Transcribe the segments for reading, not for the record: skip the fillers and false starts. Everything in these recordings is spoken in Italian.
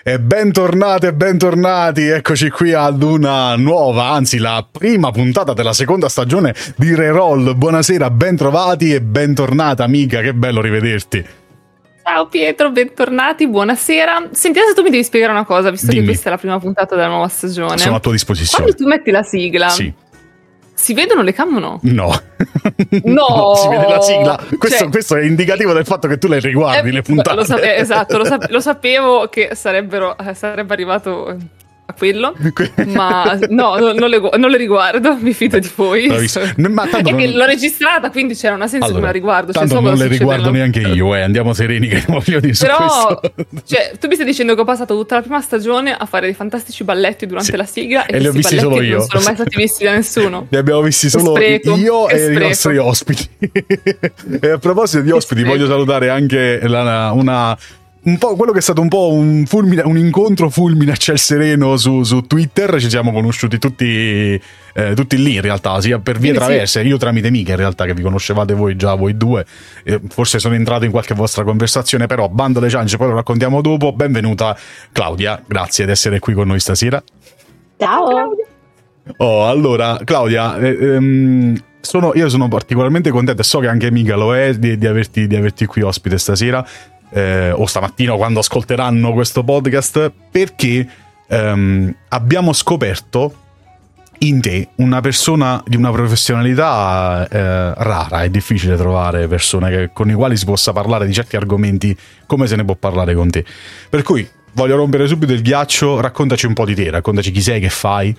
E bentornate e bentornati, eccoci qui ad una nuova, anzi la prima puntata della seconda stagione di Reroll. Buonasera, bentrovati e bentornata amica, che bello rivederti. Ciao Pietro, bentornati, buonasera. Senti, adesso tu mi devi spiegare una cosa, visto Dimmi. che questa è la prima puntata della nuova stagione. Sono a tua disposizione. Quando tu metti la sigla, Sì. si vedono le cam o no? No. No! Si vede la sigla. Cioè, Questo è indicativo del fatto che tu le riguardi le puntate. Esatto, lo sapevo che sarebbe arrivato a quello, ma no, non le riguardo, mi fido di voi. Ma tanto è che non... l'ho registrata, quindi c'era una senso che me la riguardo. Tanto so non le riguardo nella... neanche io, andiamo sereni che voglio dire su Però, questo. cioè, tu mi stai dicendo che ho passato tutta la prima stagione a fare dei fantastici balletti durante la sigla e li ho visti solo io. Non sono mai stati visti da nessuno. Li abbiamo visti solo io e i nostri ospiti. E a proposito di ospiti, voglio salutare anche un po' quello che è stato un po' un incontro fulmine a ciel sereno su Twitter. Ci siamo conosciuti tutti lì in realtà, sia per vie traverse, io tramite Mica in realtà, che vi conoscevate voi già, voi due, forse sono entrato in qualche vostra conversazione, però bando alle ciance, poi lo raccontiamo dopo. Benvenuta Claudia, grazie di essere qui con noi stasera. Ciao Claudia. Allora Claudia, io sono particolarmente contento, e so che anche Mica lo è, di averti qui ospite stasera. O stamattina quando ascolteranno questo podcast, perché abbiamo scoperto in te una persona di una professionalità rara. È difficile trovare persone con i quali si possa parlare di certi argomenti come se ne può parlare con te, per cui voglio rompere subito il ghiaccio. Raccontaci un po' di te, raccontaci chi sei, che fai.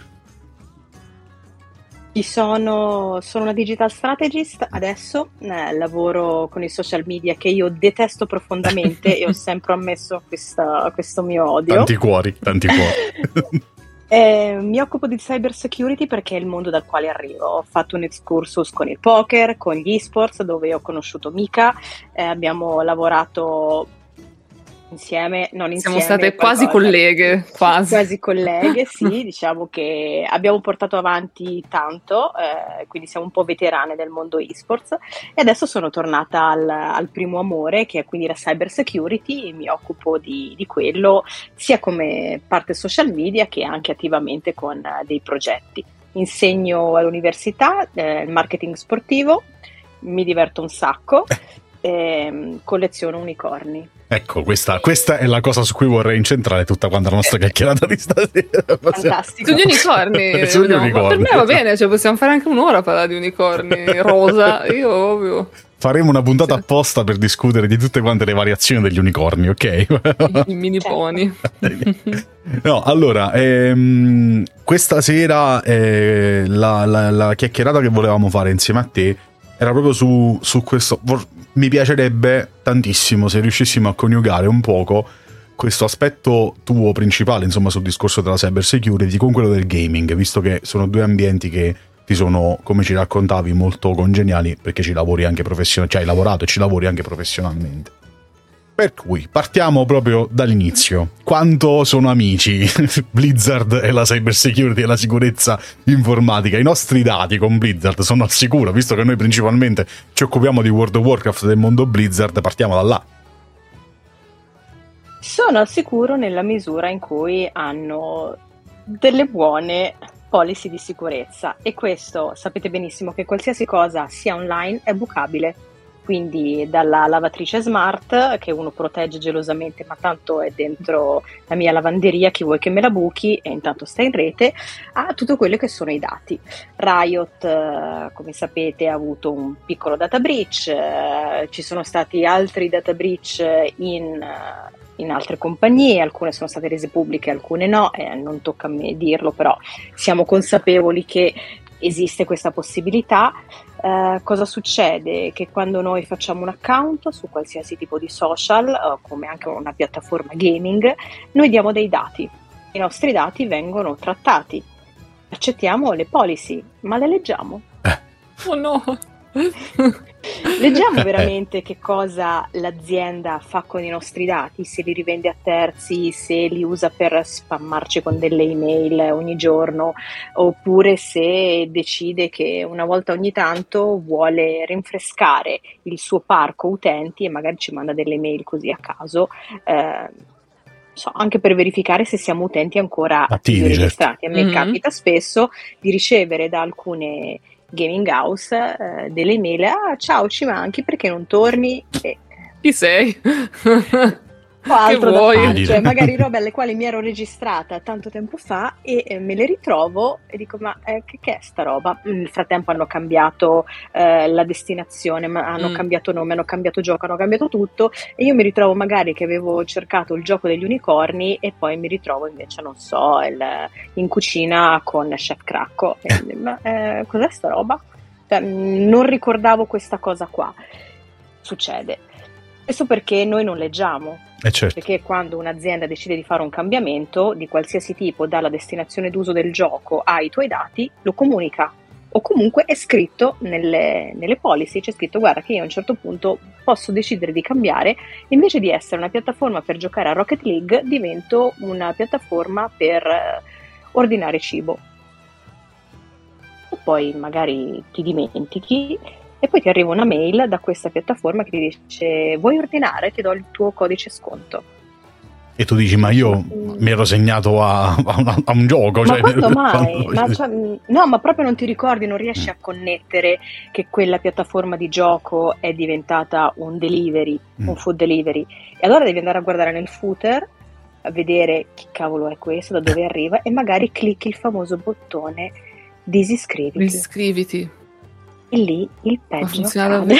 Sono una digital strategist adesso, lavoro con i social media che io detesto profondamente e ho sempre ammesso questo mio odio. Tanti cuori. Mi occupo di cyber security perché è il mondo dal quale arrivo. Ho fatto un excursus con il poker, con gli esports, dove ho conosciuto Mica, abbiamo lavorato insieme, non insieme. Siamo state quasi colleghe, quasi colleghe, sì, diciamo che abbiamo portato avanti tanto, quindi siamo un po' veterane del mondo esports, e adesso sono tornata al primo amore, che è quindi la cyber security, e mi occupo di quello sia come parte social media che anche attivamente con dei progetti. Insegno all'università il marketing sportivo, mi diverto un sacco, colleziono unicorni. Ecco, questa è la cosa su cui vorrei incentrare tutta quanta la nostra chiacchierata di stasera. Fantastico. Sugli unicorni. Sugli unicorni. Per me va bene, cioè possiamo fare anche un'ora a parlare di unicorni rosa. Io ovvio. Faremo una puntata apposta per discutere di tutte quante le variazioni degli unicorni, ok? I mini pony. No, allora, questa sera la chiacchierata che volevamo fare insieme a te era proprio su questo. Mi piacerebbe tantissimo se riuscissimo a coniugare un poco questo aspetto tuo principale, insomma, sul discorso della cyber security con quello del gaming, visto che sono due ambienti che ti sono, come ci raccontavi, molto congeniali, perché ci lavori anche professionalmente, cioè hai lavorato e ci lavori anche professionalmente. Per cui partiamo proprio dall'inizio. Quanto sono amici Blizzard e la cyber security e la sicurezza informatica? I nostri dati con Blizzard sono al sicuro, visto che noi principalmente ci occupiamo di World of Warcraft, del mondo Blizzard, partiamo da là. Sono al sicuro nella misura in cui hanno delle buone policy di sicurezza, e questo sapete benissimo che qualsiasi cosa sia online è bucabile. Quindi dalla lavatrice smart, che uno protegge gelosamente, ma tanto è dentro la mia lavanderia, chi vuoi che me la buchi e intanto sta in rete, a tutto quello che sono i dati. Riot, come sapete, ha avuto un piccolo data breach, ci sono stati altri data breach in altre compagnie, alcune sono state rese pubbliche, alcune no, non tocca a me dirlo, però siamo consapevoli che esiste questa possibilità. Cosa succede? Che quando noi facciamo un account su qualsiasi tipo di social, come anche una piattaforma gaming, noi diamo dei dati. I nostri dati vengono trattati. Accettiamo le policy, ma le leggiamo? Oh no! Leggiamo veramente che cosa l'azienda fa con i nostri dati, se li rivende a terzi, se li usa per spammarci con delle email ogni giorno, oppure se decide che una volta ogni tanto vuole rinfrescare il suo parco utenti e magari ci manda delle email così a caso, so, anche per verificare se siamo utenti ancora attivi, registrati. certo. A me capita spesso di ricevere da alcune gaming house delle email: ciao, ci manchi, perché non torni? Chi sei? Ho altro da vuoi? fare, cioè magari robe alle quali mi ero registrata tanto tempo fa e me le ritrovo e dico: ma che è sta roba? Nel frattempo hanno cambiato la destinazione, hanno cambiato nome, hanno cambiato gioco, hanno cambiato tutto, e io mi ritrovo magari che avevo cercato il gioco degli unicorni e poi mi ritrovo invece, non so, in cucina con Chef Cracco. Ma cos'è sta roba? Cioè, non ricordavo questa cosa qua. Succede. Questo perché noi non leggiamo. Certo. Perché quando un'azienda decide di fare un cambiamento di qualsiasi tipo dalla destinazione d'uso del gioco ai tuoi dati, lo comunica, o comunque è scritto nelle policy, c'è scritto: guarda che io a un certo punto posso decidere di cambiare, invece di essere una piattaforma per giocare a Rocket League divento una piattaforma per ordinare cibo. E poi magari ti dimentichi e poi ti arriva una mail da questa piattaforma che ti dice: vuoi ordinare? Ti do il tuo codice sconto. E tu dici: ma io mi ero segnato a un gioco. Ma quando mai? No, ma proprio non ti ricordi, non riesci a connettere che quella piattaforma di gioco è diventata un delivery, un food delivery. E allora devi andare a guardare nel footer, a vedere chi cavolo è questo, da dove arriva, e magari clicchi il famoso bottone disiscriviti. E lì il peggio accade.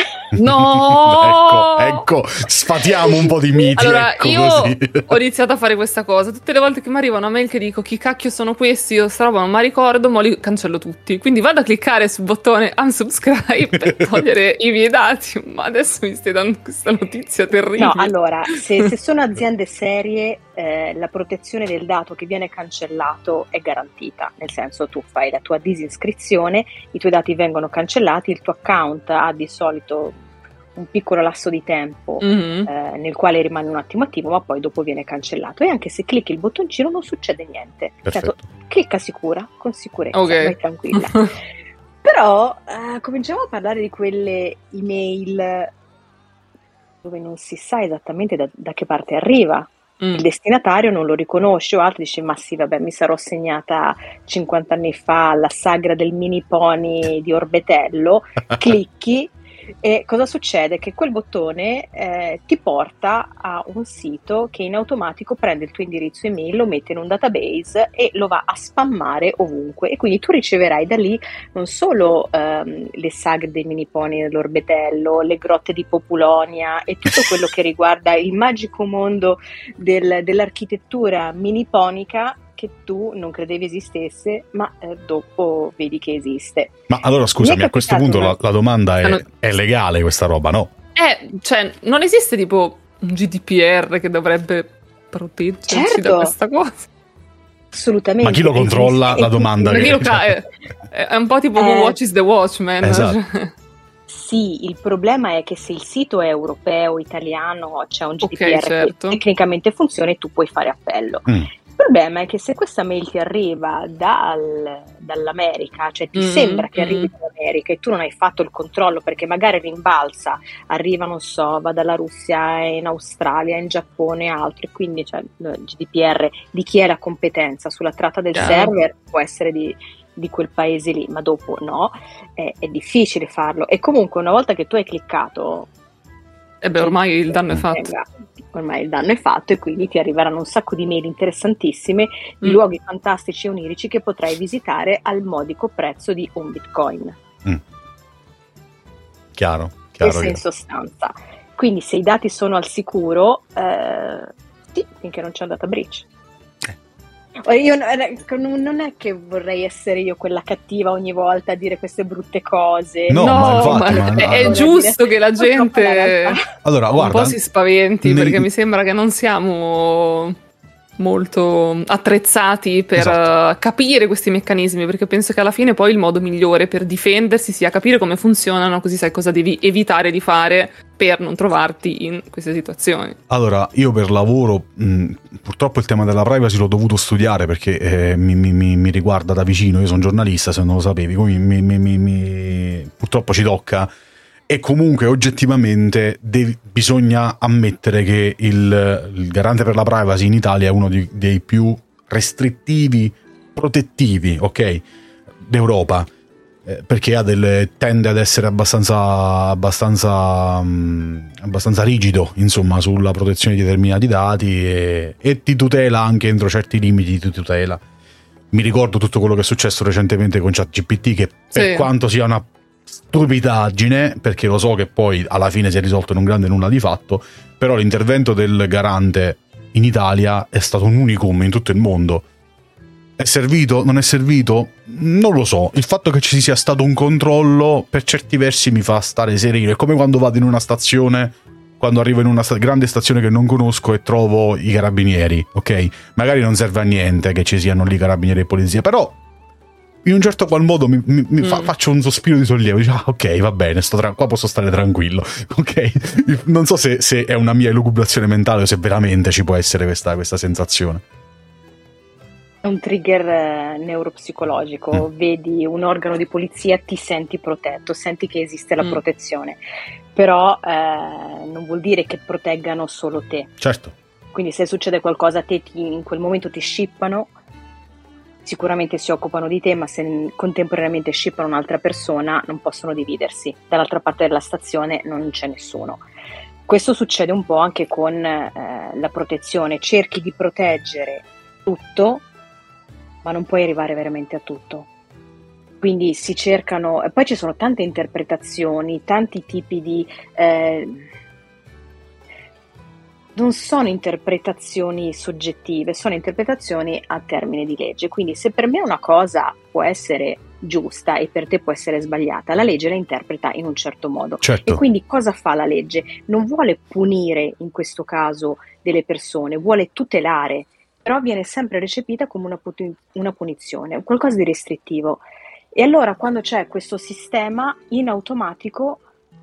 No! ecco, sfatiamo un po' di miti. Allora, ecco, io così. ho iniziato a fare questa cosa. Tutte le volte che mi arriva una mail che dico: chi cacchio sono questi? Io sta roba non mi ricordo, ma li cancello tutti. Quindi vado a cliccare sul bottone unsubscribe per togliere i miei dati. Ma adesso mi stai dando questa notizia terribile. No, allora, se sono aziende serie, la protezione del dato che viene cancellato è garantita. Nel senso, tu fai la tua disiscrizione, i tuoi dati vengono cancellati, il tuo account ha di solito un piccolo lasso di tempo nel quale rimane un attimo attivo, ma poi dopo viene cancellato, e anche se clicchi il bottoncino non succede niente. Certo, clicca con sicurezza, okay. Vai tranquilla. Però cominciamo a parlare di quelle email dove non si sa esattamente da che parte arriva. Il destinatario non lo riconosce o altro, dice: ma sì, vabbè, mi sarò segnata 50 anni fa alla sagra del mini pony di Orbetello. Clicchi e cosa succede? Che quel bottone ti porta a un sito che in automatico prende il tuo indirizzo email, lo mette in un database e lo va a spammare ovunque, e quindi tu riceverai da lì non solo le sagre dei mini pony dell'Orbetello, le grotte di Populonia e tutto quello che riguarda il magico mondo dell'architettura miniponica che tu non credevi esistesse, ma dopo vedi che esiste. Ma allora scusami, a questo punto la domanda è legale questa roba, no? Cioè, non esiste tipo un GDPR che dovrebbe proteggerci da questa cosa? Assolutamente. Ma chi lo controlla? La domanda è un po' tipo Who Watches the Watchmen. Esatto. Sì, il problema è che se il sito è europeo, italiano, c'è un GDPR certo, che tecnicamente funziona e tu puoi fare appello. Il problema è che se questa mail ti arriva dall'America, cioè ti sembra che arrivi dall'America e tu non hai fatto il controllo perché magari rimbalza, arriva, non so, va dalla Russia in Australia, in Giappone e altro, e quindi il GDPR di chi è la competenza sulla tratta del server può essere di quel paese lì, ma dopo no, è difficile farlo. E comunque una volta che tu hai cliccato, ormai il danno è fatto. Ormai il danno è fatto, e quindi ti arriveranno un sacco di mail interessantissime di luoghi fantastici e onirici che potrai visitare al modico prezzo di un Bitcoin. Chiaro. Questo in sostanza. Quindi se i dati sono al sicuro, sì, finché non c'è un data breach. Io non è che vorrei essere io quella cattiva ogni volta a dire queste brutte cose. No, ma è giusto che la gente allora, guarda, un po' si spaventi, perché mi sembra che non siamo molto attrezzati per capire questi meccanismi, perché penso che alla fine poi il modo migliore per difendersi sia capire come funzionano, così sai cosa devi evitare di fare per non trovarti in queste situazioni. Allora, io per lavoro purtroppo il tema della privacy l'ho dovuto studiare perché mi riguarda da vicino. Io sono giornalista, se non lo sapevi, quindi purtroppo ci tocca. E comunque oggettivamente bisogna ammettere che il garante per la privacy in Italia è uno dei più restrittivi, protettivi, ok, d'Europa, perché tende ad essere abbastanza rigido, insomma, sulla protezione di determinati dati e ti tutela anche entro certi limiti, ti tutela. Mi ricordo tutto quello che è successo recentemente con ChatGPT, che per quanto sia una stupidaggine, perché lo so che poi alla fine si è risolto in un grande nulla di fatto, però l'intervento del garante in Italia è stato un unicum in tutto il mondo. È servito? Non è servito? Non lo so. Il fatto che ci sia stato un controllo per certi versi mi fa stare sereno. È come quando vado in una stazione, quando arrivo in una grande stazione che non conosco e trovo i carabinieri, ok? Magari non serve a niente che ci siano lì carabinieri e polizia, però in un certo qual modo faccio un sospiro di sollievo, dico, ok, va bene, qua posso stare tranquillo, ok? Non so se è una mia elucubrazione mentale o se veramente ci può essere questa sensazione. È un trigger neuropsicologico, vedi un organo di polizia, ti senti protetto, senti che esiste la protezione, però non vuol dire che proteggano solo te. Certo. Quindi se succede qualcosa a te, in quel momento ti shippano, sicuramente si occupano di te, ma se contemporaneamente shippano un'altra persona non possono dividersi. Dall'altra parte della stazione non c'è nessuno. Questo succede un po' anche con la protezione, cerchi di proteggere tutto, ma non puoi arrivare veramente a tutto. Quindi si cercano, e poi ci sono tante interpretazioni, tanti tipi di... non sono interpretazioni soggettive, sono interpretazioni a termine di legge. Quindi se per me una cosa può essere giusta e per te può essere sbagliata, la legge la interpreta in un certo modo. Certo. E quindi cosa fa la legge? Non vuole punire in questo caso delle persone, vuole tutelare, però viene sempre recepita come una punizione, qualcosa di restrittivo. E allora quando c'è questo sistema, in automatico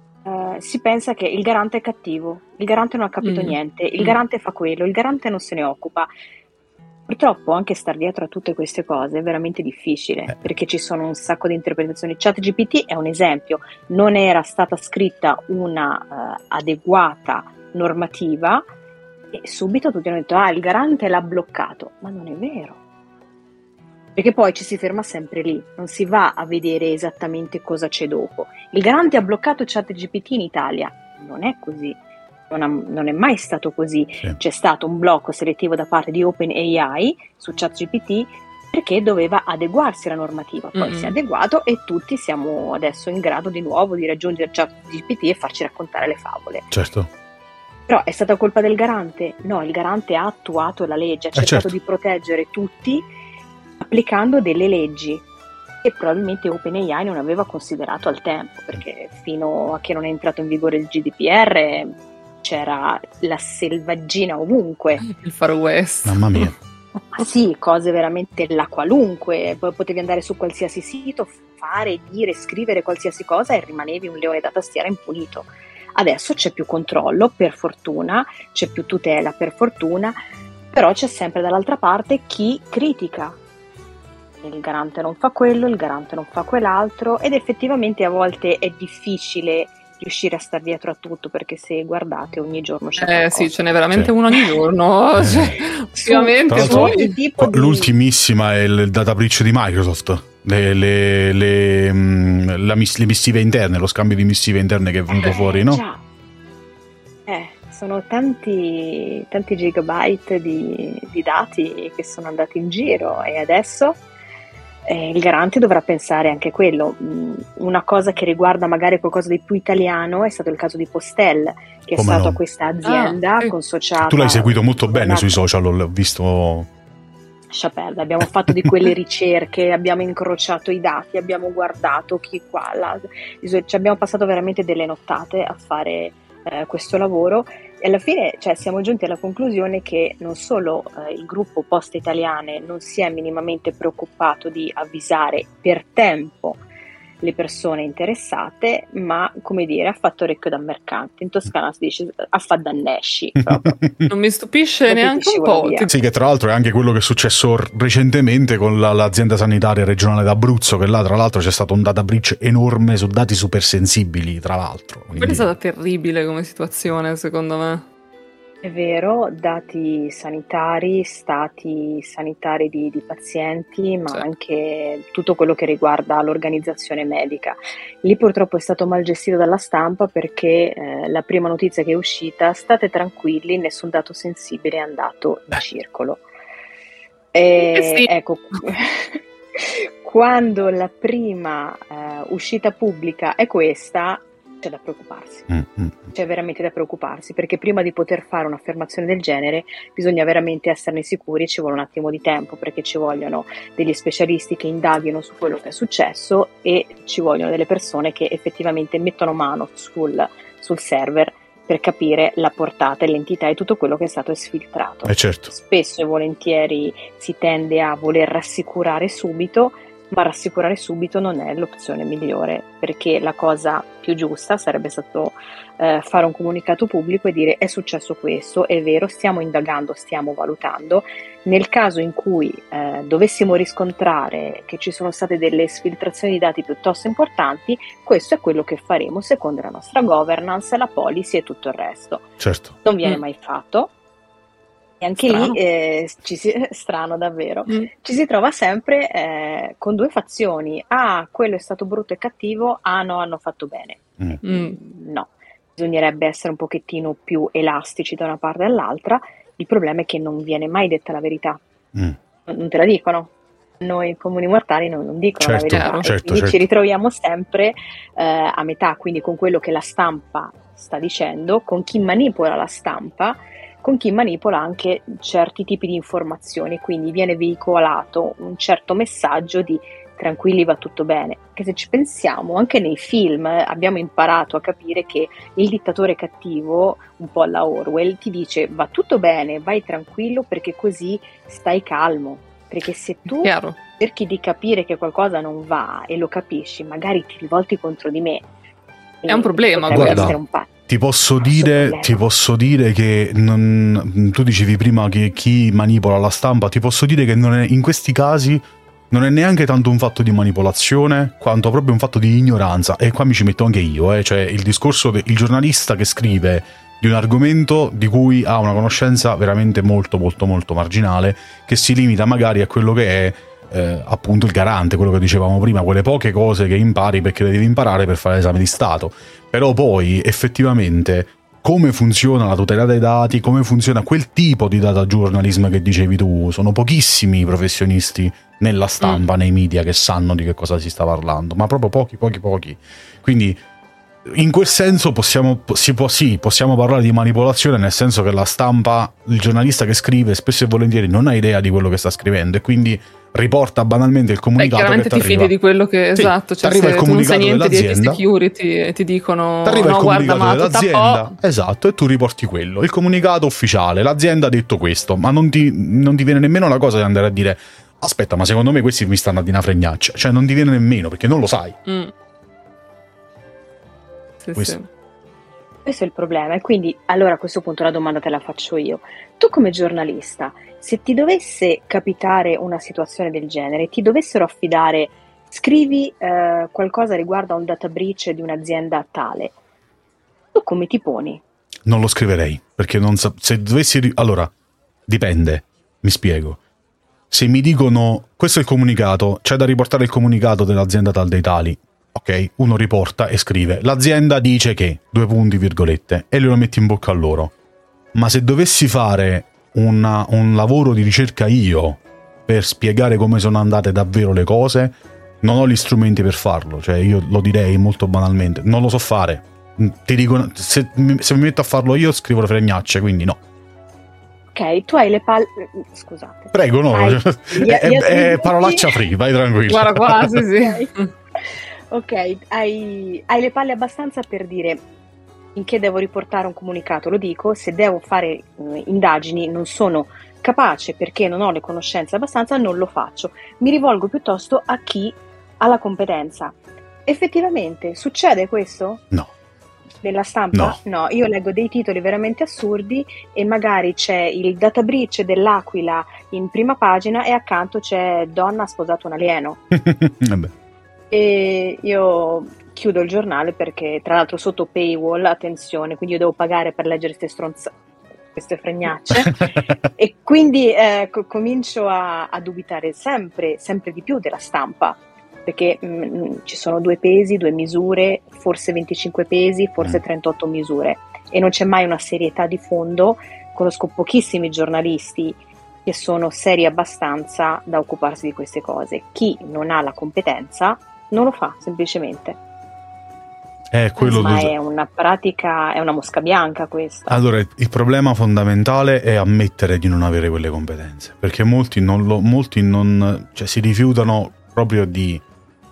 si pensa che il garante è cattivo, il garante non ha capito niente, il garante fa quello, il garante non se ne occupa. Purtroppo anche star dietro a tutte queste cose è veramente difficile, perché ci sono un sacco di interpretazioni. ChatGPT è un esempio, non era stata scritta una adeguata normativa e subito tutti hanno detto il garante l'ha bloccato, ma non è vero. Perché poi ci si ferma sempre lì, non si va a vedere esattamente cosa c'è dopo. Il garante ha bloccato ChatGPT in Italia, non è così, non è mai stato così. Sì. C'è stato un blocco selettivo da parte di OpenAI su ChatGPT perché doveva adeguarsi alla normativa, poi si è adeguato e tutti siamo adesso in grado di nuovo di raggiungere ChatGPT e farci raccontare le favole. Certo. Però è stata colpa del garante? No, il garante ha attuato la legge, ha cercato di proteggere tutti applicando delle leggi che probabilmente OpenAI non aveva considerato al tempo, perché fino a che non è entrato in vigore il GDPR c'era la selvaggina ovunque. Il Far West. Mamma mia. Ma sì, cose veramente la qualunque, potevi andare su qualsiasi sito, fare, dire, scrivere qualsiasi cosa e rimanevi un leone da tastiera impunito. Adesso c'è più controllo, per fortuna, c'è più tutela, per fortuna, però c'è sempre dall'altra parte chi critica. Il garante non fa quello, il garante non fa quell'altro, ed effettivamente a volte è difficile riuscire a star dietro a tutto, perché se guardate ogni giorno c'è qualcosa. Sì, ce n'è veramente uno ogni giorno. Ovviamente l'ultimissima è il data breach di Microsoft, le missive interne, lo scambio di missive interne che è venuto fuori, no? Già. Sono tanti gigabyte di dati che sono andati in giro e adesso il garante dovrà pensare anche quello. Una cosa che riguarda magari qualcosa di più italiano è stato il caso di Postel, che è stata questa azienda consociata. Tu l'hai seguito molto bene sui social, l'ho visto. Lascia perdere, abbiamo fatto di quelle ricerche, abbiamo incrociato i dati, abbiamo guardato chi qua, ci abbiamo passato veramente delle nottate a fare questo lavoro e alla fine siamo giunti alla conclusione che non solo il gruppo Poste Italiane non si è minimamente preoccupato di avvisare per tempo le persone interessate, ma come dire, ha fatto orecchio da mercante. In Toscana si dice a fa dannesci proprio. Non mi stupisce Proprio neanche ti un scivola po'. via. Sì, che tra l'altro è anche quello che è successo recentemente con l'azienda sanitaria regionale d'Abruzzo, che là tra l'altro c'è stato un data breach enorme su dati super sensibili, tra l'altro. Quella è stata terribile come situazione, secondo me. È vero, dati sanitari, stati sanitari di pazienti, ma Sì. anche tutto quello che riguarda l'organizzazione medica. Lì purtroppo è stato mal gestito dalla stampa perché la prima notizia che è uscita: state tranquilli, nessun dato sensibile è andato in circolo. Sì. Ecco, quando la prima uscita pubblica è questa, c'è da preoccuparsi. C'è veramente da preoccuparsi, perché prima di poter fare un'affermazione del genere bisogna veramente esserne sicuri, ci vuole un attimo di tempo, perché ci vogliono degli specialisti che indaghino su quello che è successo e ci vogliono delle persone che effettivamente mettono mano sul server per capire la portata e l'entità e tutto quello che è stato esfiltrato. Certo. Spesso e volentieri si tende a voler rassicurare subito, ma rassicurare subito non è l'opzione migliore, perché la cosa più giusta sarebbe stato fare un comunicato pubblico e dire: è successo questo, è vero, stiamo indagando, stiamo valutando. Nel caso in cui dovessimo riscontrare che ci sono state delle sfiltrazioni di dati piuttosto importanti, questo è quello che faremo secondo la nostra governance, la policy e tutto il resto. Certo. Non viene mai fatto. E anche Strano. lì strano davvero, ci si trova sempre con due fazioni: quello è stato brutto e cattivo, no, hanno fatto bene. No, bisognerebbe essere un pochettino più elastici da una parte e dall'altra. Il problema è che non viene mai detta la verità, non te la dicono. Noi comuni mortali non dicono la verità, quindi ci ritroviamo sempre a metà, quindi con quello che la stampa sta dicendo, con chi manipola la stampa, con chi manipola anche certi tipi di informazioni, quindi viene veicolato un certo messaggio di tranquilli, va tutto bene, che se ci pensiamo anche nei film abbiamo imparato a capire che il dittatore cattivo, un po' alla Orwell, ti dice va tutto bene, vai tranquillo perché così stai calmo, perché se tu cerchi di capire che qualcosa non va e lo capisci, magari ti rivolti contro di me, è un problema. Guarda, ti posso dire che tu dicevi prima che chi manipola la stampa, ti posso dire che in questi casi non è neanche tanto un fatto di manipolazione quanto proprio un fatto di ignoranza, e qua mi ci metto anche io, cioè il discorso del giornalista che scrive di un argomento di cui ha una conoscenza veramente molto molto molto marginale, che si limita magari a quello che è appunto il garante, quello che dicevamo prima, quelle poche cose che impari perché le devi imparare per fare l'esame di Stato, però poi effettivamente come funziona la tutela dei dati, come funziona quel tipo di data journalism che dicevi tu, sono pochissimi i professionisti nella stampa, nei media, che sanno di che cosa si sta parlando, ma proprio pochi. Quindi in quel senso possiamo parlare di manipolazione, nel senso che la stampa, il giornalista che scrive spesso e volentieri non ha idea di quello che sta scrivendo e quindi riporta banalmente il comunicato. Chiaramente che ti fidi di quello che esatto, cioè arriva se il comunicato tu non sai niente di dell'azienda, IT security e ti dicono arriva il comunicato guarda, dell'azienda, esatto, e tu riporti quello, il comunicato ufficiale, l'azienda ha detto questo, ma non ti viene nemmeno la cosa di andare a dire aspetta, ma secondo me questi mi stanno a dire una fregnaccia, cioè non ti viene nemmeno perché non lo sai. Questo è il problema, e quindi allora a questo punto la domanda te la faccio io: tu come giornalista, se ti dovesse capitare una situazione del genere, ti dovessero affidare, scrivi qualcosa riguardo a un data breach di un'azienda tale, tu come ti poni? Non lo scriverei, perché se dovessi allora dipende, mi spiego. Se mi dicono questo è il comunicato, c'è da riportare il comunicato dell'azienda tal dei tali, ok, uno riporta e scrive l'azienda dice che, e lo metti in bocca a loro. Ma se dovessi fare un lavoro di ricerca io per spiegare come sono andate davvero le cose, non ho gli strumenti per farlo, cioè io lo direi molto banalmente, non lo so fare. Ti dico, se mi metto a farlo io scrivo le fregnacce, quindi no. Ok, tu hai le palle, scusate. Prego, no, è parolaccia free, vai tranquillo. Guarda quasi, sì. Ok, hai le palle abbastanza per dire in che devo riportare un comunicato, lo dico, se devo fare indagini non sono capace perché non ho le conoscenze abbastanza, non lo faccio, mi rivolgo piuttosto a chi ha la competenza, Effettivamente, succede questo? No. Nella stampa? No, io leggo dei titoli veramente assurdi e magari c'è il data breach dell'Aquila in prima pagina e accanto c'è donna ha sposato un alieno. Vabbè. E io chiudo il giornale perché tra l'altro sotto paywall, attenzione, quindi io devo pagare per leggere queste fregnacce e quindi comincio a dubitare sempre di più della stampa, perché ci sono 2 pesi, 2 misure, forse 25 pesi, forse 38 misure e non c'è mai una serietà di fondo. Conosco pochissimi giornalisti che sono seri abbastanza da occuparsi di queste cose. Chi non ha la competenza non lo fa semplicemente. Ma è una pratica, è una mosca bianca questa. Allora, il problema fondamentale è ammettere di non avere quelle competenze, perché molti si rifiutano proprio di...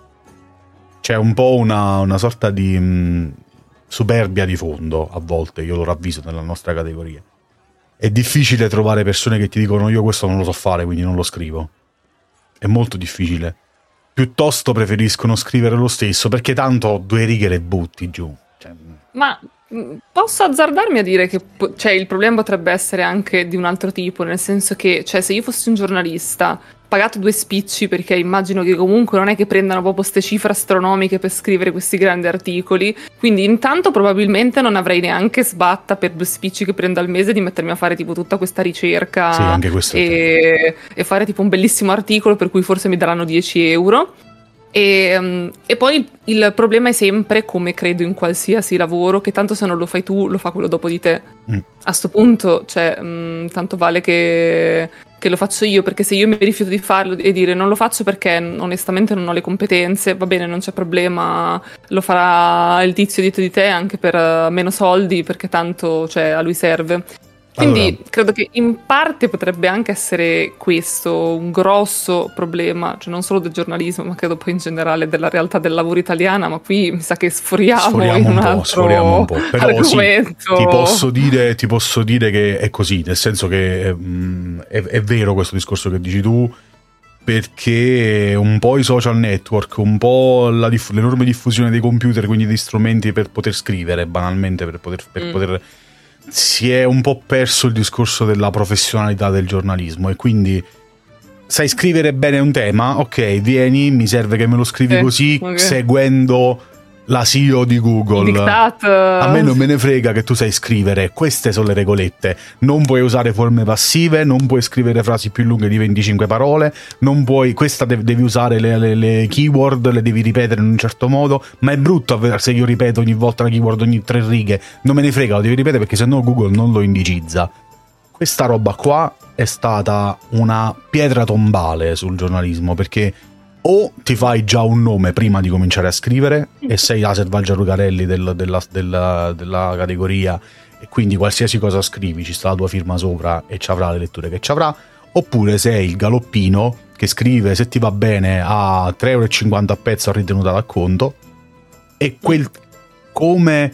C'è un po' una sorta di superbia di fondo, a volte, io l'ho ravviso nella nostra categoria. È difficile trovare persone che ti dicono io questo non lo so fare, quindi non lo scrivo. È molto difficile. Piuttosto preferiscono scrivere lo stesso, perché tanto 2 righe le butti giù. Ma posso azzardarmi a dire che il problema potrebbe essere anche di un altro tipo, nel senso che se io fossi un giornalista pagato 2 spicci, perché immagino che comunque non è che prendano proprio ste cifre astronomiche per scrivere questi grandi articoli, quindi intanto probabilmente non avrei neanche sbatta per 2 spicci che prendo al mese di mettermi a fare tipo tutta questa ricerca, sì, anche questo e fare tipo un bellissimo articolo per cui forse mi daranno 10 euro. E poi il problema è sempre, come credo in qualsiasi lavoro, che tanto se non lo fai tu lo fa quello dopo di te. A sto punto tanto vale che lo faccio io, perché se io mi rifiuto di farlo e dire non lo faccio perché onestamente non ho le competenze, va bene, non c'è problema, lo farà il tizio dietro di te anche per meno soldi, perché tanto a lui serve. Quindi credo che in parte potrebbe anche essere questo un grosso problema, non solo del giornalismo, ma credo poi in generale della realtà del lavoro italiana, ma qui mi sa che sforiamo in un altro però argomento. Sì, ti posso dire che è così, nel senso che è vero questo discorso che dici tu, perché un po' i social network, un po' l'enorme diffusione dei computer, quindi di strumenti per poter scrivere, banalmente, per poter si è un po' perso il discorso della professionalità del giornalismo, e quindi sai scrivere bene un tema, ok, vieni, mi serve che me lo scrivi così, seguendo la CEO di Google. A me non me ne frega che tu sai scrivere, queste sono le regolette. Non puoi usare forme passive, non puoi scrivere frasi più lunghe di 25 parole, non puoi, devi usare le keyword, le devi ripetere in un certo modo, ma è brutto se io ripeto ogni volta la keyword ogni 3 righe, non me ne frega, lo devi ripetere perché sennò Google non lo indicizza. Questa roba qua è stata una pietra tombale sul giornalismo, perché o ti fai già un nome prima di cominciare a scrivere e sei la Selvaggia Lucarelli della categoria, e quindi qualsiasi cosa scrivi ci sta la tua firma sopra e ci avrà le letture che ci avrà, oppure sei il galoppino che scrive, se ti va bene, a 3,50 euro a pezzo a ritenuta d'acconto, e come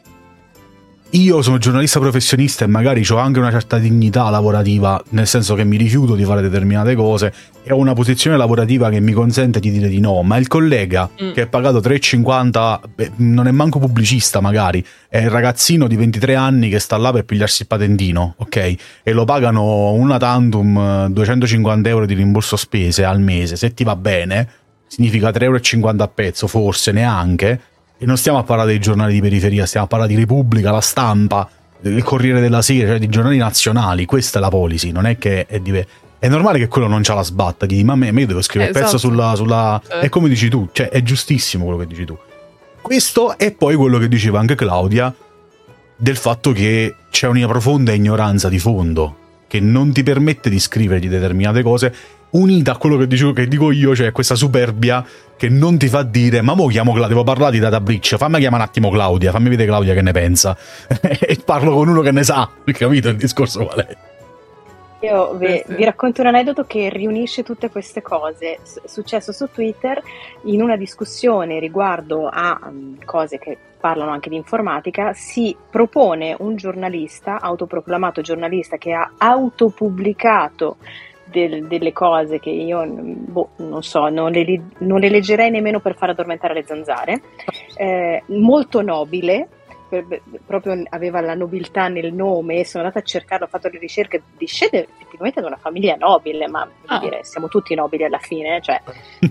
io sono giornalista professionista e magari ho anche una certa dignità lavorativa, nel senso che mi rifiuto di fare determinate cose e ho una posizione lavorativa che mi consente di dire di no, ma il collega che è pagato 3,50 non è manco pubblicista, magari è il ragazzino di 23 anni che sta là per pigliarsi il patentino, ok? E lo pagano una tantum 250 euro di rimborso spese al mese, se ti va bene significa 3,50 euro a pezzo, forse neanche. E non stiamo a parlare dei giornali di periferia, stiamo a parlare di Repubblica, La Stampa, il Corriere della Sera, di giornali nazionali. Questa è la policy, non è che è normale che quello non c'ha la sbatta, di ma io devo scrivere il pezzo sulla è come dici tu, è giustissimo quello che dici tu. Questo è poi quello che diceva anche Claudia, del fatto che c'è una profonda ignoranza di fondo che non ti permette di scrivere di determinate cose, unita a quello che dico io, cioè questa superbia che non ti fa dire ma mo chiamo Claudia, devo parlare di data breach, fammi chiamare un attimo Claudia, fammi vedere Claudia che ne pensa e parlo con uno che ne sa, capito il discorso qual è? Io vi racconto un aneddoto che riunisce tutte queste cose. Successo su Twitter in una discussione riguardo a cose che parlano anche di informatica. Si propone un giornalista, autoproclamato giornalista, che ha autopubblicato delle cose che io non so, non le leggerei nemmeno per far addormentare le zanzare. Molto nobile, proprio aveva la nobiltà nel nome. Sono andata a cercarlo, ho fatto le ricerche, discende effettivamente da una famiglia nobile, ma voglio dire, siamo tutti nobili alla fine, cioè.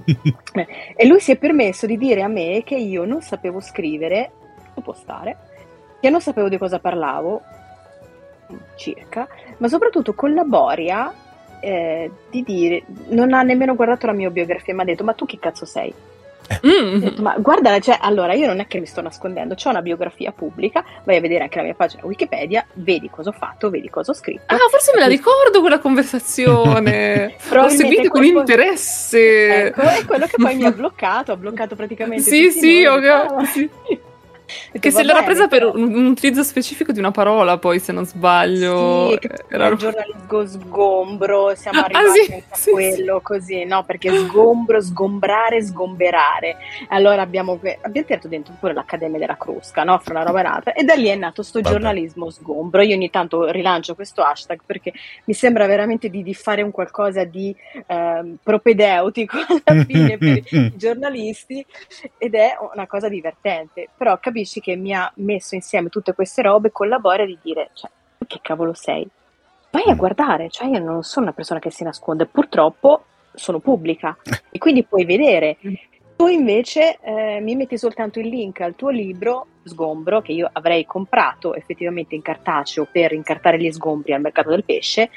E lui si è permesso di dire a me che io non sapevo scrivere, può stare, che non sapevo di cosa parlavo circa, ma soprattutto con la boria di dire, non ha nemmeno guardato la mia biografia, mi ha detto: ma tu che cazzo sei? Detto, ma guarda, cioè, allora io non è che mi sto nascondendo, c'ho una biografia pubblica, vai a vedere anche la mia pagina Wikipedia, vedi cosa ho fatto, vedi cosa ho scritto. Ah, forse me la ricordo quella conversazione. L'ho seguita con interesse. Ecco, è quello che poi mi ha bloccato praticamente. Sì, sì. Che se l'era presa per un utilizzo specifico di una parola, poi, se non sbaglio. Sì, era il giornalismo sgombro, siamo arrivati a quello così, no? Perché sgombro, sgombrare, sgomberare. Allora abbiamo tirato dentro pure l'Accademia della Crusca, no? Fra una roba e l'altra. E da lì è nato sto giornalismo sgombro. Io ogni tanto rilancio questo hashtag perché mi sembra veramente di fare un qualcosa di propedeutico alla fine per i giornalisti, ed è una cosa divertente. Però capisci che mi ha messo insieme tutte queste robe con la boria di dire, cioè, che cavolo sei? Vai a guardare, cioè io non sono una persona che si nasconde, purtroppo sono pubblica e quindi puoi vedere. Tu invece mi metti soltanto il link al tuo libro Sgombro, che io avrei comprato effettivamente in cartaceo per incartare gli sgombri al mercato del pesce,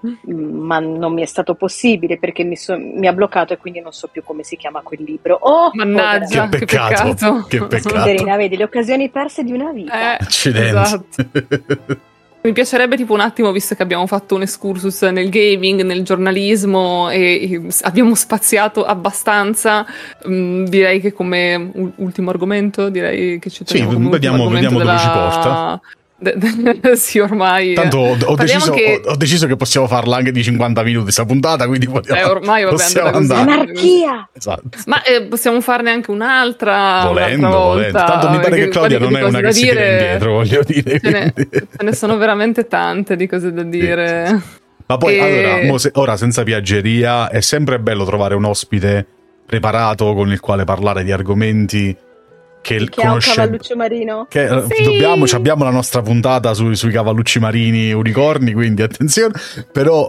ma non mi è stato possibile perché mi ha bloccato e quindi non so più come si chiama quel libro. Mannaggia, che peccato. Che peccato. Serena, vedi, le occasioni perse di una vita. Accidenti. Esatto. Mi piacerebbe tipo un attimo, visto che abbiamo fatto un excursus nel gaming, nel giornalismo e abbiamo spaziato abbastanza, direi che come ultimo argomento, direi che ci teniamo come vediamo dove ci porta. Sì, ormai. Tanto ho deciso che possiamo farla anche di 50 minuti questa puntata, quindi ormai possiamo andare. Anarchia! Esatto. Ma possiamo farne anche un'altra. Volendo. Tanto mi pare che Claudia non è una che si tira indietro, voglio dire. Ce ne sono veramente tante di cose da dire. Sì. Ma poi allora, ora senza piaggeria, è sempre bello trovare un ospite preparato con il quale parlare di argomenti che ha un cavalluccio marino. Abbiamo la nostra puntata sui cavallucci marini unicorni, quindi attenzione. Però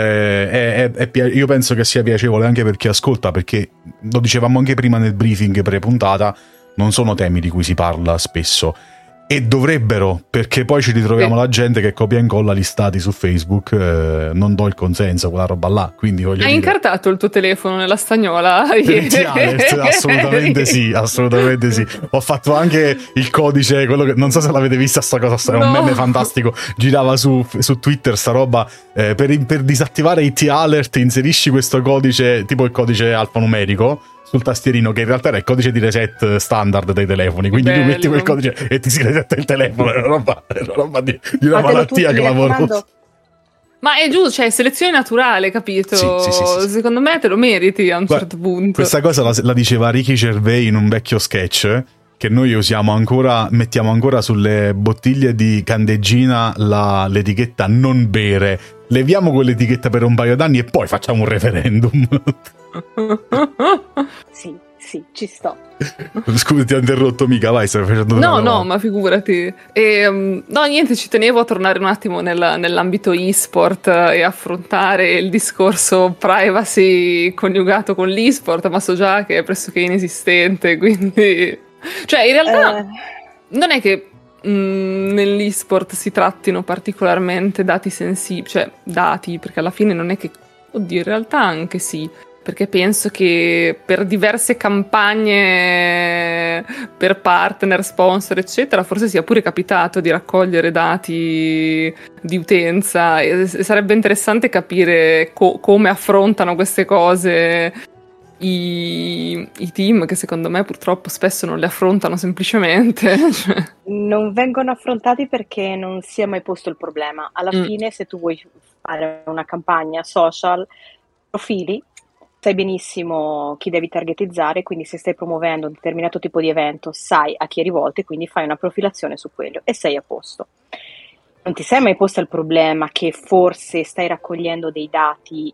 io penso che sia piacevole anche per chi ascolta, perché lo dicevamo anche prima nel briefing pre-puntata, non sono temi di cui si parla spesso. E dovrebbero, perché poi ci ritroviamo la gente che copia e incolla gli stati su Facebook, non do il consenso, quella roba là, quindi voglio dire... incartato il tuo telefono nella stagnola? Assolutamente sì. Ho fatto anche il codice, quello che non so se l'avete vista sta cosa, è un meme fantastico, girava su Twitter sta roba, per disattivare IT alert inserisci questo codice, tipo il codice alfanumerico, sul tastierino, che in realtà era il codice di reset standard dei telefoni, quindi tu metti quel codice e ti si resetta il telefono. È una roba di una malattia clamorosa. Ma è giusto, cioè selezione naturale, capito? Sì. Secondo me te lo meriti a un certo punto. Questa cosa la diceva Ricky Gervais in un vecchio sketch che noi mettiamo ancora sulle bottiglie di candeggina l'etichetta non bere. Leviamo quell'etichetta per un paio d'anni e poi facciamo un referendum. Sì, ci sto. Scusa, ti ho interrotto, mica, vai, stai facendo No, ma figurati. No, niente, ci tenevo a tornare un attimo nell'ambito e-sport e affrontare il discorso privacy coniugato con l'e-sport, ma so già che è pressoché inesistente, quindi... Cioè, in realtà non è che nell'e-sport si trattino particolarmente dati sensibili, cioè dati, perché alla fine non è che... Oddio, in realtà anche sì, perché penso che per diverse campagne, per partner, sponsor, eccetera, forse sia pure capitato di raccogliere dati di utenza e sarebbe interessante capire come affrontano queste cose i team, che secondo me purtroppo spesso non le affrontano semplicemente. Non vengono affrontati perché non si è mai posto il problema. Alla fine, se tu vuoi fare una campagna social, profili, sai benissimo chi devi targetizzare, quindi se stai promuovendo un determinato tipo di evento sai a chi è rivolto e quindi fai una profilazione su quello e sei a posto. Non ti sei mai posto il problema che forse stai raccogliendo dei dati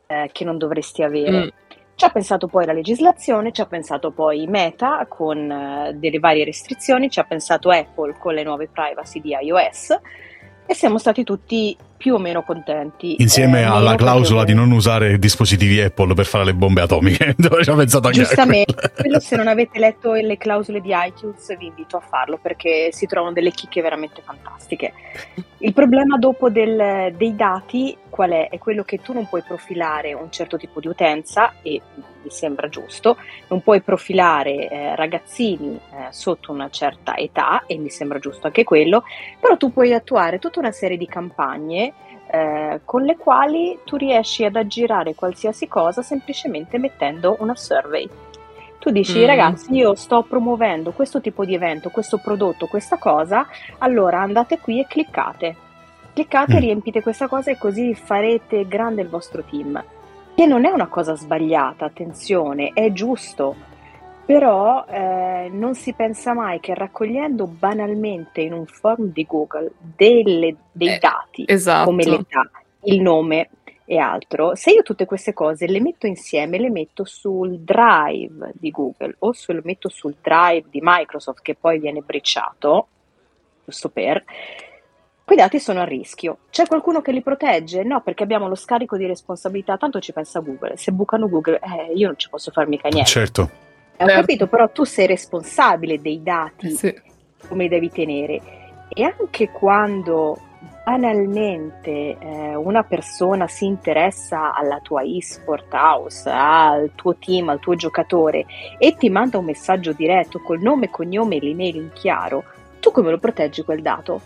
che non dovresti avere. Ci ha pensato poi la legislazione, ci ha pensato poi Meta con delle varie restrizioni, ci ha pensato Apple con le nuove privacy di iOS e siamo stati tutti più o meno contenti. Insieme alla clausola di non usare dispositivi Apple per fare le bombe atomiche. Ci ho pensato anche giustamente, quello se non avete letto le clausole di iTunes vi invito a farlo perché si trovano delle chicche veramente fantastiche. Il problema dopo dei dati qual è? È quello che tu non puoi profilare un certo tipo di utenza e mi sembra giusto, non puoi profilare ragazzini sotto una certa età e mi sembra giusto anche quello, però tu puoi attuare tutta una serie di campagne con le quali tu riesci ad aggirare qualsiasi cosa semplicemente mettendo una survey. Tu dici ragazzi, io sto promuovendo questo tipo di evento, questo prodotto, questa cosa, allora andate qui e cliccate, riempite questa cosa e così farete grande il vostro team, che non è una cosa sbagliata, attenzione, è giusto. Però non si pensa mai che raccogliendo banalmente in un form di Google dei dati, esatto, come l'età, il nome e altro, se io tutte queste cose le metto insieme, le metto sul Drive di Google o le metto sul Drive di Microsoft che poi viene breachato, giusto per... Quei dati sono a rischio. C'è qualcuno che li protegge? No, perché abbiamo lo scarico di responsabilità, tanto ci pensa Google. Se bucano Google, io non ci posso far mica niente. Certo. Ho capito, però tu sei responsabile dei dati, sì, come li devi tenere. E anche quando banalmente una persona si interessa alla tua e-sport house, al tuo team, al tuo giocatore e ti manda un messaggio diretto col nome, cognome e l'email in chiaro, tu come lo proteggi quel dato?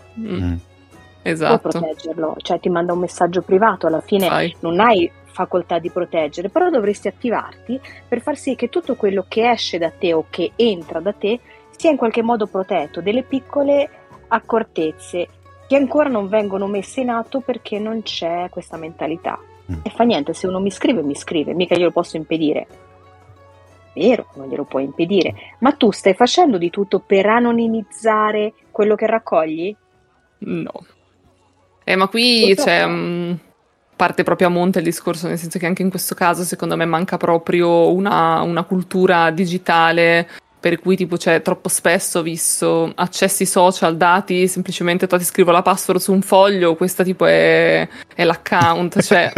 Esatto. Puoi proteggerlo, cioè ti manda un messaggio privato, alla fine non hai facoltà di proteggere, però dovresti attivarti per far sì che tutto quello che esce da te o che entra da te sia in qualche modo protetto, delle piccole accortezze che ancora non vengono messe in atto perché non c'è questa mentalità. E fa niente, se uno mi scrive, mica glielo posso impedire. Vero, non glielo puoi impedire, ma tu stai facendo di tutto per anonimizzare quello che raccogli? No. Ma qui parte proprio a monte il discorso, nel senso che anche in questo caso secondo me manca proprio una cultura digitale, per cui tipo troppo spesso ho visto accessi social dati, semplicemente ti scrivo la password su un foglio, questa tipo è l'account,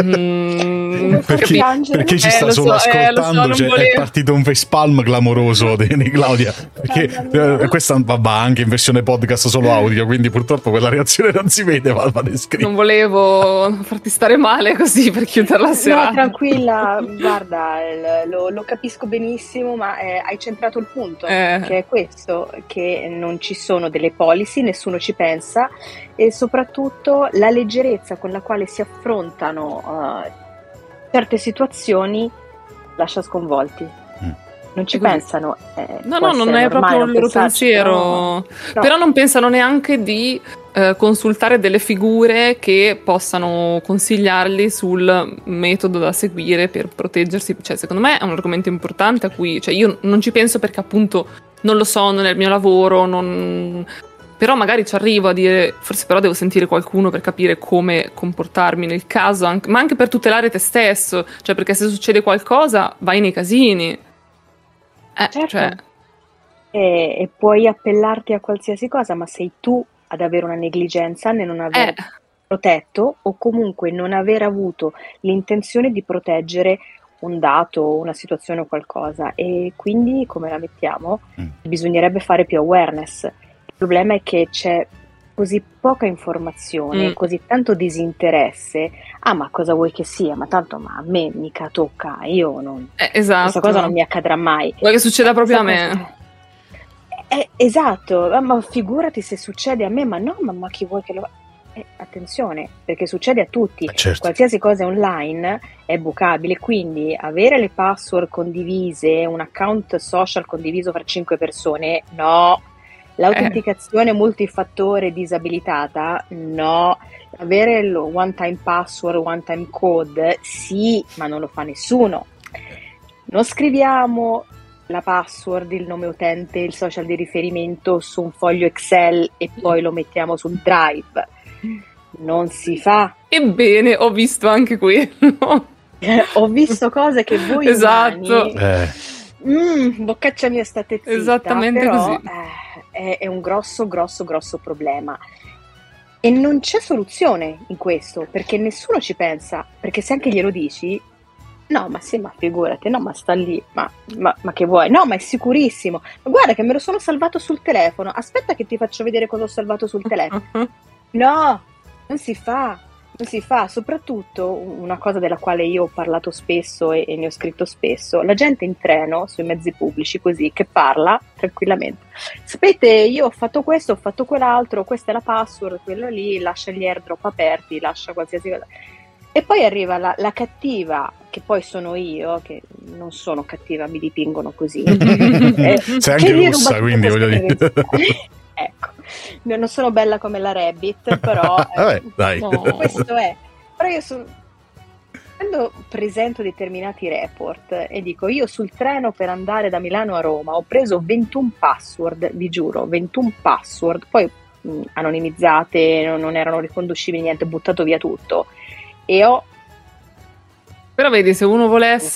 perché ci sta solo ascoltando, è partito un facepalm clamoroso di Claudia, perché questa va anche in versione podcast solo audio, quindi purtroppo quella reazione non si vede, ma descritto. Non volevo farti stare male così per chiudere la serata. No, tranquilla, guarda, lo capisco benissimo, ma hai centrato il punto. Che è questo, che non ci sono delle policy, nessuno ci pensa e soprattutto la leggerezza con la quale si affrontano certe situazioni lascia sconvolti. Non ci pensano. No, non è proprio il loro pensiero. Però non pensano neanche di consultare delle figure che possano consigliarli sul metodo da seguire per proteggersi. Cioè, secondo me è un argomento importante a cui io non ci penso perché appunto non lo so, non è il mio lavoro, però magari ci arrivo a dire forse però devo sentire qualcuno per capire come comportarmi nel caso, ma anche per tutelare te stesso, cioè perché se succede qualcosa vai nei casini. Certo. E puoi appellarti a qualsiasi cosa, ma sei tu ad avere una negligenza nel non aver protetto o comunque non aver avuto l'intenzione di proteggere un dato, una situazione o qualcosa, e quindi come la mettiamo? Bisognerebbe fare più awareness. Il problema è che c'è così poca informazione, così tanto disinteresse. Ma cosa vuoi che sia? Ma tanto a me mica tocca, io non... esatto. Questa cosa non mi accadrà mai. Vuoi che succeda proprio a me? Esatto, ma figurati se succede a me, ma no, ma chi vuoi che lo... attenzione, perché succede a tutti. Certo. Qualsiasi cosa online è bucabile, quindi avere le password condivise, un account social condiviso fra 5 persone, no. L'autenticazione multifattore disabilitata, no. Avere il one time password, one time code, sì, ma non lo fa nessuno. Non scriviamo la password, il nome utente, il social di riferimento su un foglio Excel e poi lo mettiamo sul Drive. Non si fa. Ebbene, ho visto anche quello. Ho visto cose che voi esatto. Boccaccia mia, state zitta. Esattamente però, così. È un grosso problema. E non c'è soluzione in questo, perché nessuno ci pensa, perché se anche glielo dici, no, ma sì, ma figurati, no, ma sta lì, ma che vuoi? No, ma è sicurissimo. Ma guarda che me lo sono salvato sul telefono. Aspetta che ti faccio vedere cosa ho salvato sul telefono. No, non si fa. Soprattutto una cosa della quale io ho parlato spesso e ne ho scritto spesso, la gente in treno, sui mezzi pubblici, così, che parla tranquillamente. Sapete, io ho fatto questo, ho fatto quell'altro, questa è la password, quello lì, lascia gli airdrop aperti, lascia qualsiasi cosa. E poi arriva la cattiva, che poi sono io, che non sono cattiva, mi dipingono così. Sei anche russa, quindi voglio dire. Ecco, non sono bella come la Rabbit, però dai. Questo è. Però io quando presento determinati report e dico io sul treno per andare da Milano a Roma ho preso 21 password, vi giuro, 21 password, poi anonimizzate, non erano riconducibili, niente, buttato via tutto. Però vedi, se uno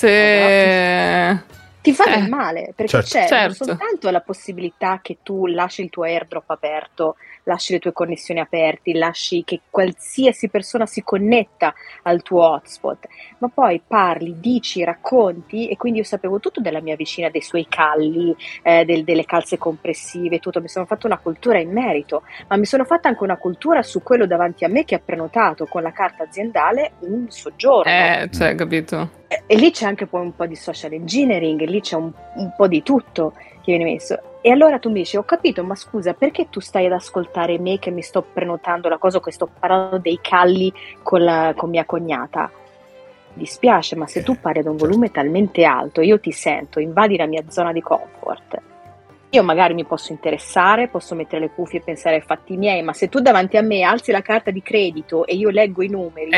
volesse ti fa del male, perché c'è non certo. soltanto la possibilità che tu lasci il tuo airdrop aperto, lasci le tue connessioni aperti, lasci che qualsiasi persona si connetta al tuo hotspot, ma poi parli, dici, racconti, e quindi io sapevo tutto della mia vicina, dei suoi calli, delle calze compressive, tutto, mi sono fatta una cultura in merito, ma mi sono fatta anche una cultura su quello davanti a me che ha prenotato con la carta aziendale un soggiorno. Cioè, capito? E lì c'è anche poi un po' di social engineering, lì c'è un po' di tutto che viene messo. E allora tu mi dici, ho capito, ma scusa, perché tu stai ad ascoltare me che mi sto prenotando la cosa, che sto parlando dei calli con mia cognata? Dispiace, ma se tu parli ad un volume talmente alto, io ti sento, invadi la mia zona di comfort. Io magari mi posso interessare, posso mettere le cuffie e pensare ai fatti miei, ma se tu davanti a me alzi la carta di credito e io leggo i numeri...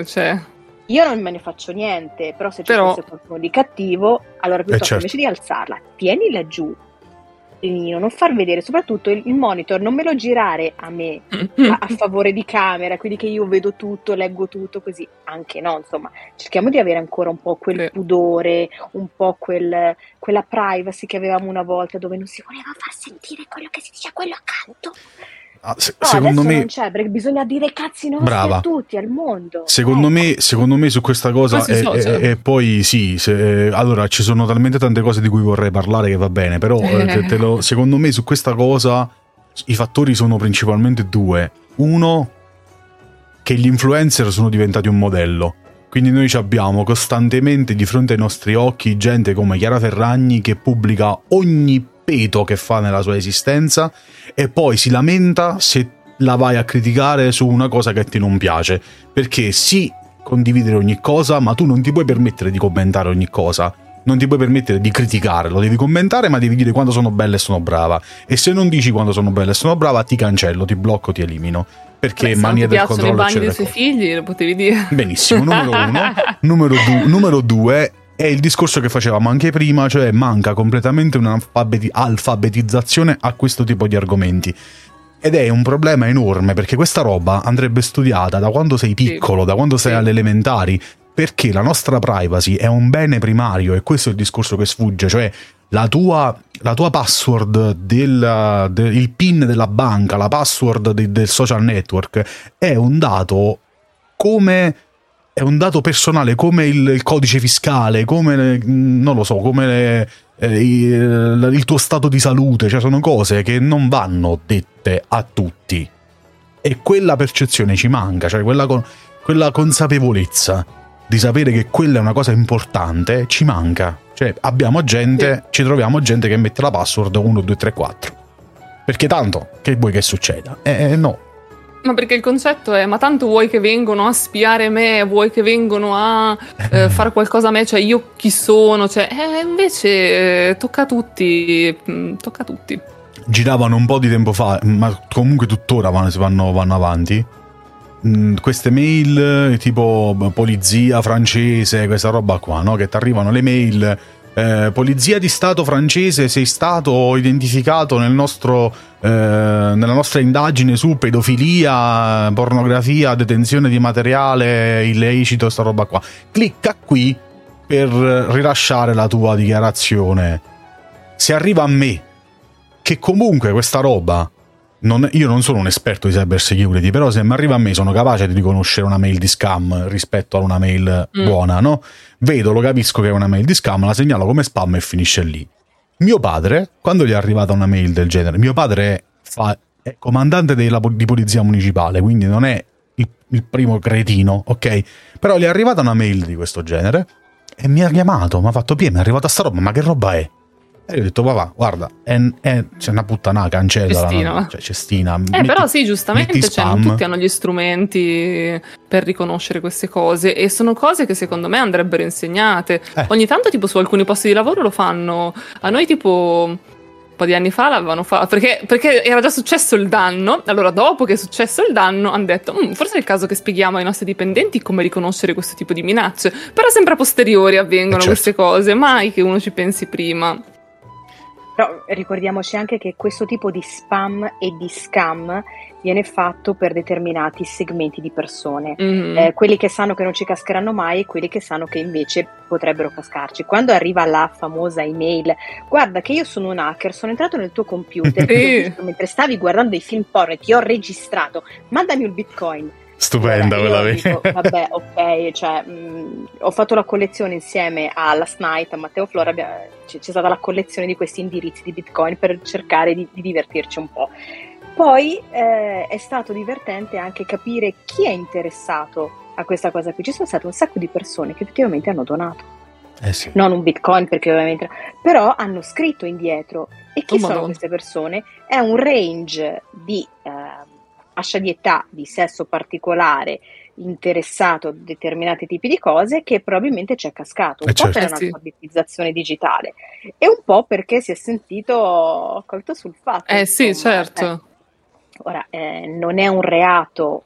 Io non me ne faccio niente, però se ci fosse qualcuno di cattivo, allora piuttosto invece di alzarla, tienila giù, non far vedere, soprattutto il monitor, non me lo girare a me, a favore di camera, quindi che io vedo tutto, leggo tutto, così, anche no, insomma, cerchiamo di avere ancora un po' quel pudore, un po' quella privacy che avevamo una volta, dove non si voleva far sentire quello che si dice a quello accanto. Secondo me non c'è, perché bisogna dire cazzi nostri a tutti, al mondo. Secondo me su questa cosa e poi allora ci sono talmente tante cose di cui vorrei parlare che va bene, però secondo me su questa cosa i fattori sono principalmente due. Uno, che gli influencer sono diventati un modello, quindi noi abbiamo costantemente di fronte ai nostri occhi gente come Chiara Ferragni che pubblica ogni peto che fa nella sua esistenza e poi si lamenta se la vai a criticare su una cosa che ti non piace, perché sì, condividere ogni cosa, ma tu non ti puoi permettere di commentare ogni cosa, non ti puoi permettere di criticare, lo devi commentare, ma devi dire quando sono bella e sono brava, e se non dici quando sono bella e sono brava ti cancello, ti blocco, ti elimino, perché mania del controllo. Se non ti piacciono i bagni dei suoi figli, lo potevi dire. Benissimo, numero uno. Numero due è il discorso che facevamo anche prima, cioè manca completamente un'alfabetizzazione a questo tipo di argomenti. Ed è un problema enorme, perché questa roba andrebbe studiata da quando sei piccolo, da quando sei alle elementari, perché la nostra privacy è un bene primario, e questo è il discorso che sfugge, cioè la tua password, il PIN della banca, la password del social network è un dato personale, come il codice fiscale, come non lo so, come il tuo stato di salute, cioè sono cose che non vanno dette a tutti, e quella percezione ci manca, cioè quella consapevolezza di sapere che quella è una cosa importante ci manca, cioè ci troviamo gente che mette la password 1, 2, 3, 4 perché tanto che vuoi che succeda? No. Ma perché il concetto è, ma tanto vuoi che vengono a spiare me, vuoi che vengono a fare qualcosa a me, cioè io chi sono, cioè invece tocca a tutti. Giravano un po' di tempo fa, ma comunque tuttora vanno avanti, queste mail tipo polizia francese, questa roba qua, no? Che ti arrivano le mail, polizia di stato francese, sei stato identificato nel nostro nella nostra indagine su pedofilia, pornografia, detenzione di materiale illecito, sta roba qua. Clicca qui per rilasciare la tua dichiarazione. Se arriva a me che comunque questa roba io non sono un esperto di cyber security, però se mi arriva a me sono capace di riconoscere una mail di scam rispetto a una mail buona, no? Vedo, lo capisco che è una mail di scam, la segnalo come spam e finisce lì. Mio padre, quando gli è arrivata una mail del genere, mio padre è comandante di polizia municipale, quindi non è il primo cretino, ok? Però gli è arrivata una mail di questo genere e mi ha chiamato, mi ha fatto: Pie, mi è arrivata sta roba, ma che roba è? E io ho detto: papà, guarda, c'è una puttana, cancella, cestina. Però sì, giustamente non tutti hanno gli strumenti per riconoscere queste cose, e sono cose che secondo me andrebbero insegnate. Ogni tanto tipo su alcuni posti di lavoro lo fanno. A noi tipo un po' di anni fa l'avevano fatto perché era già successo il danno. Allora dopo che è successo il danno hanno detto: forse è il caso che spieghiamo ai nostri dipendenti come riconoscere questo tipo di minacce. Però sempre a posteriori avvengono queste cose, mai che uno ci pensi prima. Però ricordiamoci anche che questo tipo di spam e di scam viene fatto per determinati segmenti di persone, quelli che sanno che non ci cascheranno mai e quelli che sanno che invece potrebbero cascarci. Quando arriva la famosa email: guarda che io sono un hacker, sono entrato nel tuo computer mentre stavi guardando dei film porno e ti ho registrato, mandami il bitcoin. Stupenda quella dico, vabbè, ok, cioè ho fatto la collezione insieme a Last Night, a Matteo Flora, c'è stata la collezione di questi indirizzi di Bitcoin per cercare di divertirci un po'. Poi è stato divertente anche capire chi è interessato a questa cosa qui. Ci sono state un sacco di persone che effettivamente hanno donato. Sì. Non un Bitcoin, perché ovviamente, però hanno scritto indietro. E chi sono queste persone? È un range di fascia di età, di sesso particolare, interessato a determinati tipi di cose, che probabilmente ci è cascato, un po' per un'alfabetizzazione digitale e un po' perché si è sentito colto sul fatto. Sì, certo. Ora, non è un reato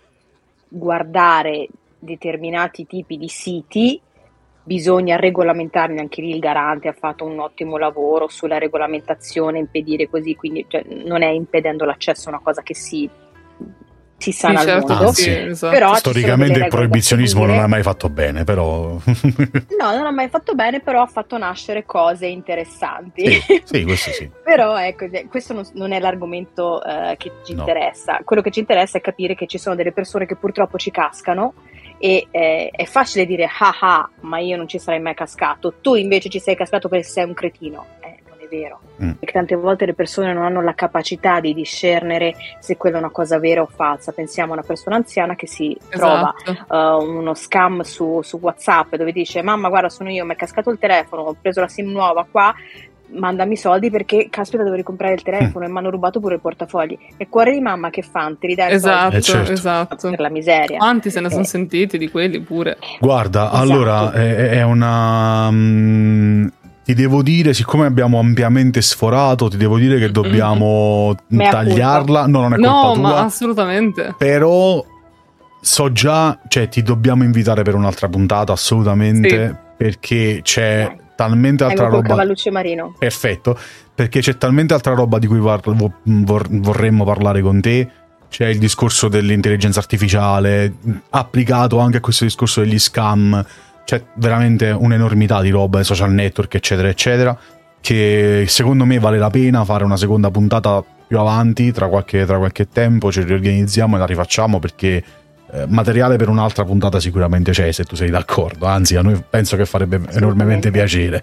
guardare determinati tipi di siti, bisogna regolamentarne, anche lì il Garante ha fatto un ottimo lavoro sulla regolamentazione, impedire così, quindi non è impedendo l'accesso a una cosa che si sana al mondo. Anzi, esatto. Però storicamente il proibizionismo non ha mai fatto bene, però no, non ha mai fatto bene, però ha fatto nascere cose interessanti. Sì, questo sì. Però ecco, questo non è l'argomento che ci interessa. Quello che ci interessa è capire che ci sono delle persone che purtroppo ci cascano, e è facile dire ah, ma io non ci sarei mai cascato, tu invece ci sei cascato perché sei un cretino. Vero, perché tante volte le persone non hanno la capacità di discernere se quella è una cosa vera o falsa. Pensiamo a una persona anziana che si trova uno scam su WhatsApp dove dice: mamma, guarda, sono io, mi è cascato il telefono, ho preso la SIM nuova qua, mandami soldi perché caspita devo ricomprare il telefono e mi hanno rubato pure il portafogli. E cuore di mamma che fan? Ti ridai il soldi? Esatto. Per la miseria. Quanti se ne sono sentiti di quelli pure? Guarda, allora è una... Ti devo dire, siccome abbiamo ampiamente sforato, ti devo dire che dobbiamo tagliarla. No, non è colpa tua. Ma assolutamente. Però so già, cioè ti dobbiamo invitare per un'altra puntata, assolutamente, perché c'è talmente altra roba. Cavalluccio Marino. Perfetto, perché c'è talmente altra roba di cui vorremmo parlare con te. C'è il discorso dell'intelligenza artificiale applicato anche a questo discorso degli scam. C'è veramente un'enormità di roba, social network, eccetera, eccetera, che secondo me vale la pena fare una seconda puntata più avanti, tra qualche tempo, ci riorganizziamo e la rifacciamo, perché materiale per un'altra puntata sicuramente c'è, se tu sei d'accordo. Anzi, a noi penso che farebbe enormemente piacere.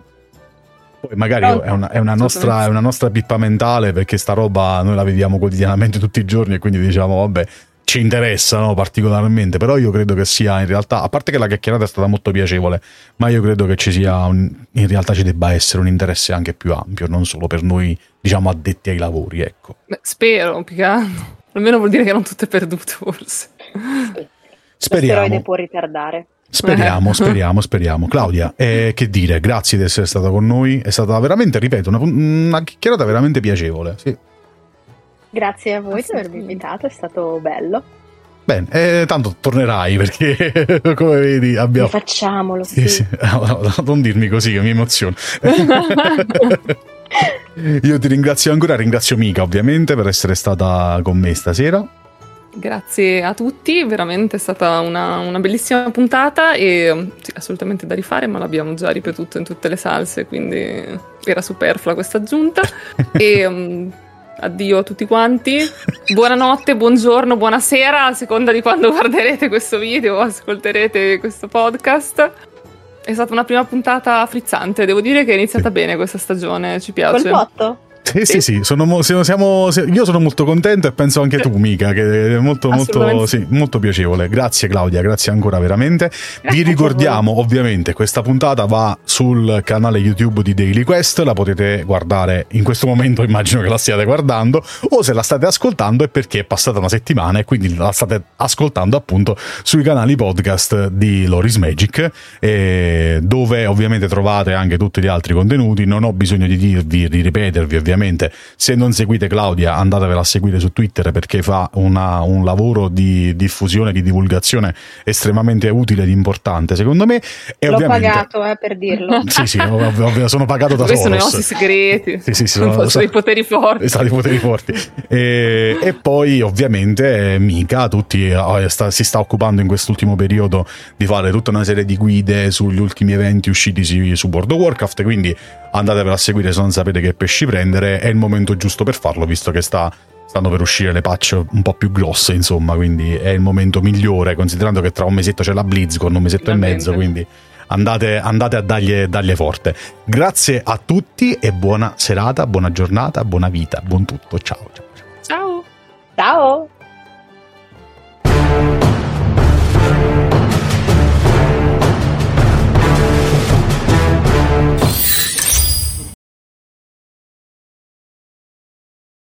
Poi magari è una nostra pippa mentale, perché sta roba noi la vediamo quotidianamente tutti i giorni e quindi diciamo vabbè, ci interessano particolarmente, però io credo che sia in realtà, a parte che la chiacchierata è stata molto piacevole, ma io credo che ci sia in realtà ci debba essere un interesse anche più ampio, non solo per noi, diciamo, addetti ai lavori, ecco. Beh, spero, più che altro. Almeno vuol dire che non tutto è perduto, forse. Speriamo. L'asteroide può ritardare. Speriamo. Claudia, che dire, grazie di essere stata con noi, è stata veramente, ripeto, una chiacchierata veramente piacevole, sì. Grazie a voi per avermi invitato, è stato bello. Bene, tanto tornerai, perché come vedi abbiamo... Facciamolo, sì. Non dirmi così che mi emoziono. Io ti ringrazio ancora, ringrazio Mika ovviamente per essere stata con me stasera. Grazie a tutti, veramente è stata una bellissima puntata e sì, assolutamente da rifare, ma l'abbiamo già ripetuto in tutte le salse, quindi era superflua questa aggiunta. E addio a tutti quanti, buonanotte, buongiorno, buonasera, a seconda di quando guarderete questo video o ascolterete questo podcast. È stata una prima puntata frizzante, devo dire che è iniziata bene questa stagione, ci piace. Col botto? Sì, io sono molto contento e penso anche tu, Mika, che è molto piacevole. Grazie Claudia, grazie ancora veramente. Vi ricordiamo ovviamente questa puntata va sul canale YouTube di Daily Quest, la potete guardare in questo momento, immagino che la stiate guardando, o se la state ascoltando è perché è passata una settimana e quindi la state ascoltando appunto sui canali podcast di Loris Magic, dove ovviamente trovate anche tutti gli altri contenuti. Non ho bisogno di ripetervi ovviamente. Se non seguite Claudia, andatevela a seguire su Twitter perché fa un lavoro di diffusione, di divulgazione estremamente utile ed importante, secondo me. E l'ho ovviamente pagato per dirlo. Sì, sono pagato da Soros. Questi sono i nostri segreti. Sì, sono i poteri forti. Sono i poteri forti. E poi ovviamente Mika si sta occupando in quest'ultimo periodo di fare tutta una serie di guide sugli ultimi eventi usciti su World of Warcraft, quindi andatevela a seguire se non sapete che pesci prendere. È il momento giusto per farlo, visto che stanno per uscire le patch un po' più grosse, insomma, quindi è il momento migliore, considerando che tra un mesetto c'è la BlizzCon, un mesetto e mezzo, quindi andate a dargli forte. Grazie a tutti e buona serata, buona giornata, buona vita, buon tutto. Ciao. Ciao.